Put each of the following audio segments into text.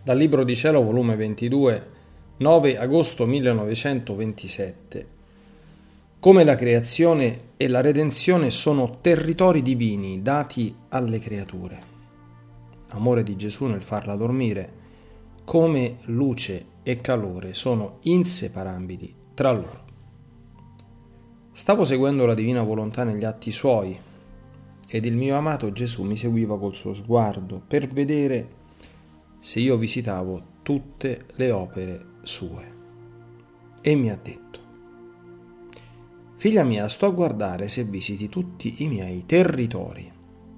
Dal Libro di Cielo, volume 22, 9 agosto 1927. Come la creazione e la redenzione sono territori divini dati alle creature. Amore di Gesù nel farla dormire, come luce e calore sono inseparabili tra loro. Stavo seguendo la divina volontà negli atti suoi ed il mio amato Gesù mi seguiva col suo sguardo per vedere se io visitavo tutte le opere sue. E mi ha detto: figlia mia, sto a guardare se visiti tutti i miei territori.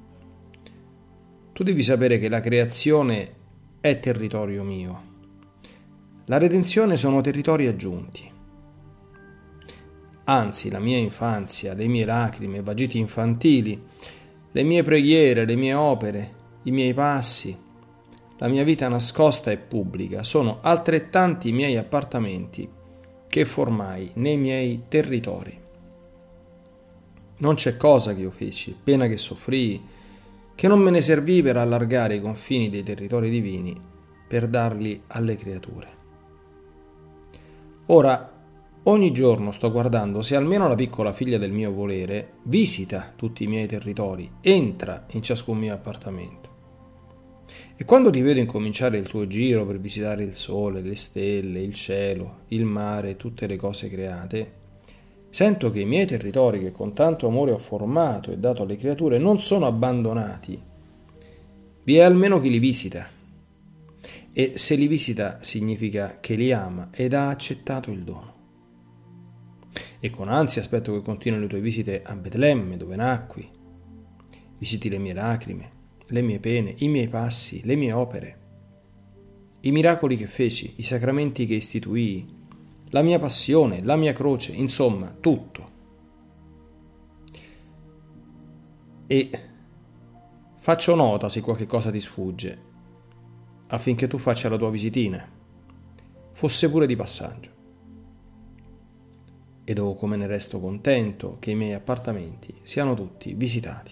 Tu devi sapere che la creazione è territorio mio. La redenzione sono territori aggiunti. Anzi, la mia infanzia, le mie lacrime, vagiti infantili, le mie preghiere, le mie opere, i miei passi, la mia vita nascosta e pubblica sono altrettanti miei appartamenti che formai nei miei territori. Non c'è cosa che io feci, pena che soffrii, che non me ne servì per allargare i confini dei territori divini per darli alle creature. Ora, ogni giorno sto guardando se almeno la piccola figlia del mio volere visita tutti i miei territori, entra in ciascun mio appartamento. E quando ti vedo incominciare il tuo giro per visitare il sole, le stelle, il cielo, il mare e tutte le cose create, sento che i miei territori che con tanto amore ho formato e dato alle creature non sono abbandonati. Vi è almeno chi li visita. E se li visita significa che li ama ed ha accettato il dono. E con ansia aspetto che continui le tue visite a Betlemme, dove nacqui. Visiti le mie lacrime, le mie pene, i miei passi, le mie opere, i miracoli che feci, i sacramenti che istituii, la mia passione, la mia croce, insomma, tutto. E faccio nota se qualche cosa ti sfugge, affinché tu faccia la tua visitina, fosse pure di passaggio. Ed oh, come ne resto contento che i miei appartamenti siano tutti visitati.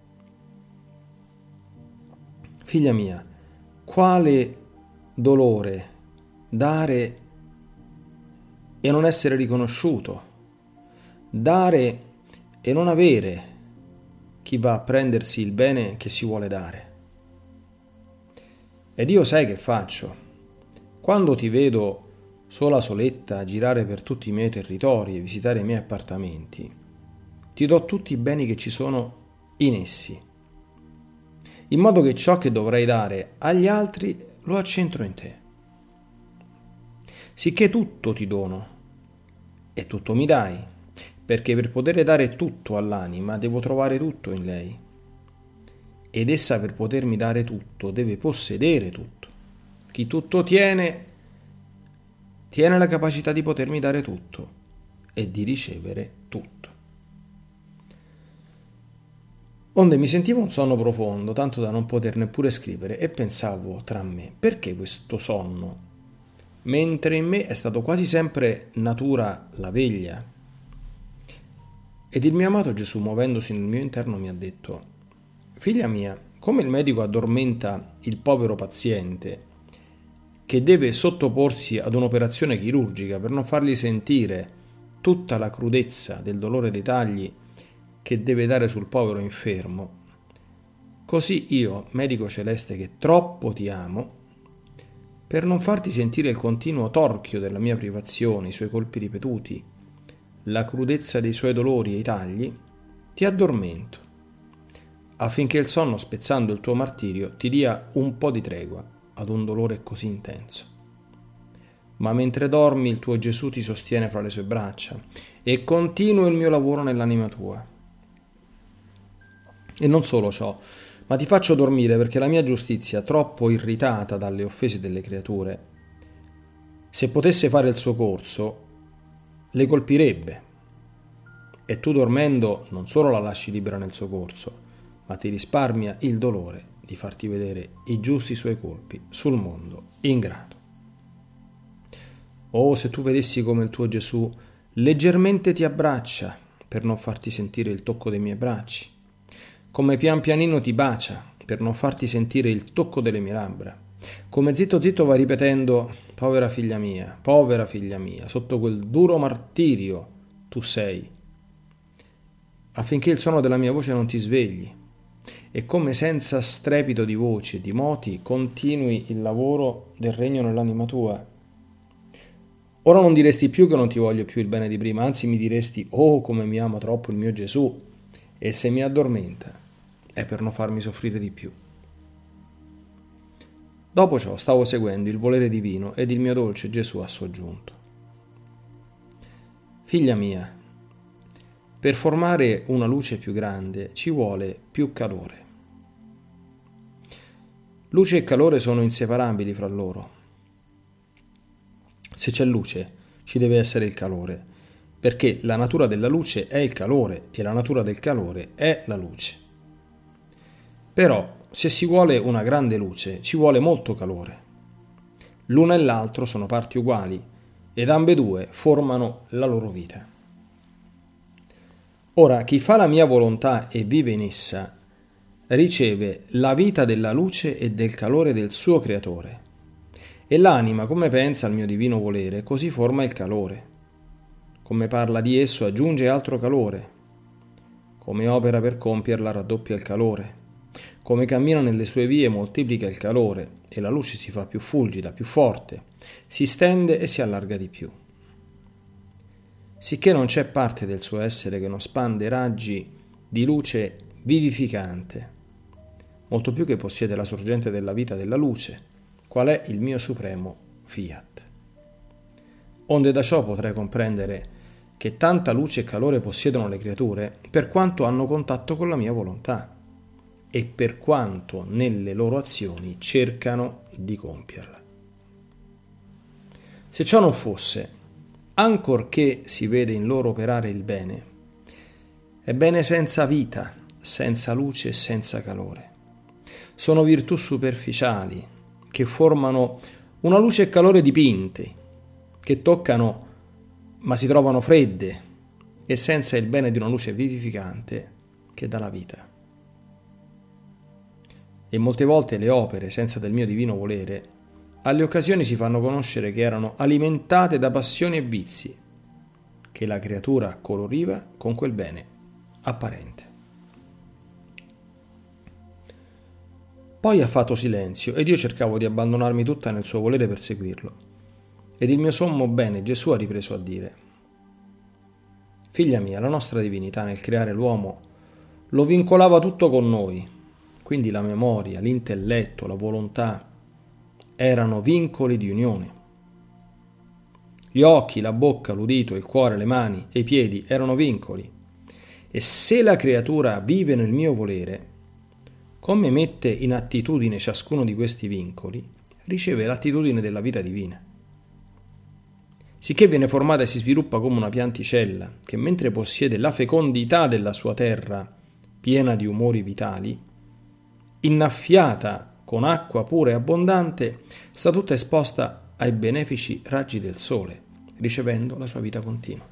Figlia mia, quale dolore dare e non essere riconosciuto, dare e non avere chi va a prendersi il bene che si vuole dare. Ed io sai che faccio? Quando ti vedo sola soletta a girare per tutti i miei territori e visitare i miei appartamenti, ti do tutti i beni che ci sono in essi, in modo che ciò che dovrei dare agli altri lo accentro in te. Sicché tutto ti dono e tutto mi dai, perché per poter dare tutto all'anima devo trovare tutto in lei. Ed essa per potermi dare tutto deve possedere tutto. Chi tutto tiene la capacità di potermi dare tutto e di ricevere tutto. Onde mi sentivo un sonno profondo, tanto da non poter neppure scrivere, e pensavo tra me: perché questo sonno? Mentre in me è stato quasi sempre natura la veglia. Ed il mio amato Gesù, muovendosi nel mio interno, mi ha detto: figlia mia, come il medico addormenta il povero paziente che deve sottoporsi ad un'operazione chirurgica per non fargli sentire tutta la crudezza del dolore dei tagli che deve dare sul povero infermo, così io, medico celeste che troppo ti amo, per non farti sentire il continuo torchio della mia privazione, i suoi colpi ripetuti, la crudezza dei suoi dolori e i tagli, ti addormento, affinché il sonno, spezzando il tuo martirio, ti dia un po' di tregua ad un dolore così intenso. Ma mentre dormi il tuo Gesù ti sostiene fra le sue braccia e continuo il mio lavoro nell'anima tua. E non solo ciò, ma ti faccio dormire perché la mia giustizia, troppo irritata dalle offese delle creature, se potesse fare il suo corso, le colpirebbe. E tu dormendo non solo la lasci libera nel suo corso, ma ti risparmia il dolore di farti vedere i giusti suoi colpi sul mondo ingrato. Oh, se tu vedessi come il tuo Gesù leggermente ti abbraccia per non farti sentire il tocco dei miei bracci, come pian pianino ti bacia per non farti sentire il tocco delle mie labbra, Come zitto zitto va ripetendo: povera figlia mia, sotto quel duro martirio tu sei, affinché il suono della mia voce non ti svegli, e come senza strepito di voci e di moti continui il lavoro del regno nell'anima tua. Ora non diresti più che non ti voglio più il bene di prima, anzi mi diresti: oh, come mi ama troppo il mio Gesù, e se mi addormenta è per non farmi soffrire di più. Dopo ciò stavo seguendo il volere divino ed il mio dolce Gesù ha soggiunto: figlia mia, per formare una luce più grande ci vuole più calore. Luce e calore sono inseparabili fra loro. Se c'è luce, ci deve essere il calore, perché la natura della luce è il calore e la natura del calore è la luce. Però, se si vuole una grande luce, ci vuole molto calore. L'uno e l'altro sono parti uguali ed ambedue formano la loro vita. Ora, chi fa la mia volontà e vive in essa, riceve la vita della luce e del calore del suo creatore. E l'anima, come pensa al mio divino volere, così forma il calore. Come parla di esso, aggiunge altro calore. Come opera per compierla, raddoppia il calore. Come cammina nelle sue vie, moltiplica il calore, e la luce si fa più fulgida, più forte, si stende e si allarga di più. Sicché non c'è parte del suo essere che non spande raggi di luce vivificante, molto più che possiede la sorgente della vita della luce, qual è il mio supremo fiat. Onde da ciò potrei comprendere che tanta luce e calore possiedono le creature per quanto hanno contatto con la mia volontà e per quanto nelle loro azioni cercano di compierla. Se ciò non fosse, ancorché si vede in loro operare il bene, è bene senza vita, senza luce e senza calore. Sono virtù superficiali che formano una luce e calore dipinti, che toccano ma si trovano fredde e senza il bene di una luce vivificante che dà la vita. E molte volte le opere, senza del mio divino volere, alle occasioni si fanno conoscere che erano alimentate da passioni e vizi, che la creatura coloriva con quel bene apparente. Poi ha fatto silenzio ed io cercavo di abbandonarmi tutta nel suo volere per seguirlo. Ed il mio sommo bene Gesù ha ripreso a dire: figlia mia, la nostra divinità nel creare l'uomo lo vincolava tutto con noi. Quindi la memoria, l'intelletto, la volontà erano vincoli di unione. Gli occhi, la bocca, l'udito, il cuore, le mani e i piedi erano vincoli. E se la creatura vive nel mio volere, come mette in attitudine ciascuno di questi vincoli, riceve l'attitudine della vita divina. Sicché viene formata e si sviluppa come una pianticella che, mentre possiede la fecondità della sua terra piena di umori vitali, innaffiata con acqua pura e abbondante, sta tutta esposta ai benefici raggi del sole, ricevendo la sua vita continua.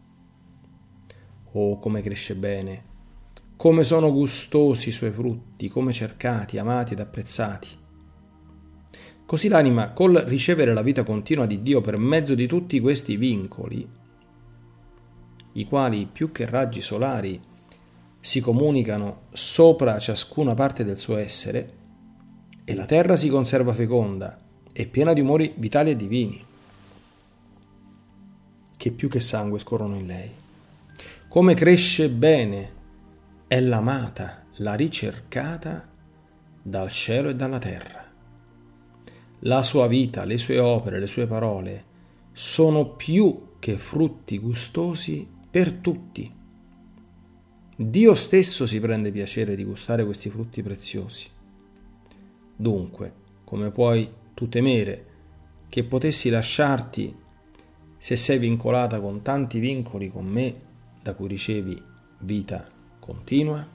Oh, come cresce bene, come sono gustosi i suoi frutti, come cercati, amati ed apprezzati. Così l'anima, col ricevere la vita continua di Dio per mezzo di tutti questi vincoli, i quali più che raggi solari si comunicano sopra ciascuna parte del suo essere, e la terra si conserva feconda e piena di umori vitali e divini, che più che sangue scorrono in lei. Come cresce bene è l'amata, la ricercata dal cielo e dalla terra. La sua vita, le sue opere, le sue parole sono più che frutti gustosi per tutti. Dio stesso si prende piacere di gustare questi frutti preziosi. Dunque, come puoi tu temere che potessi lasciarti se sei vincolata con tanti vincoli con me, da cui ricevi vita continua?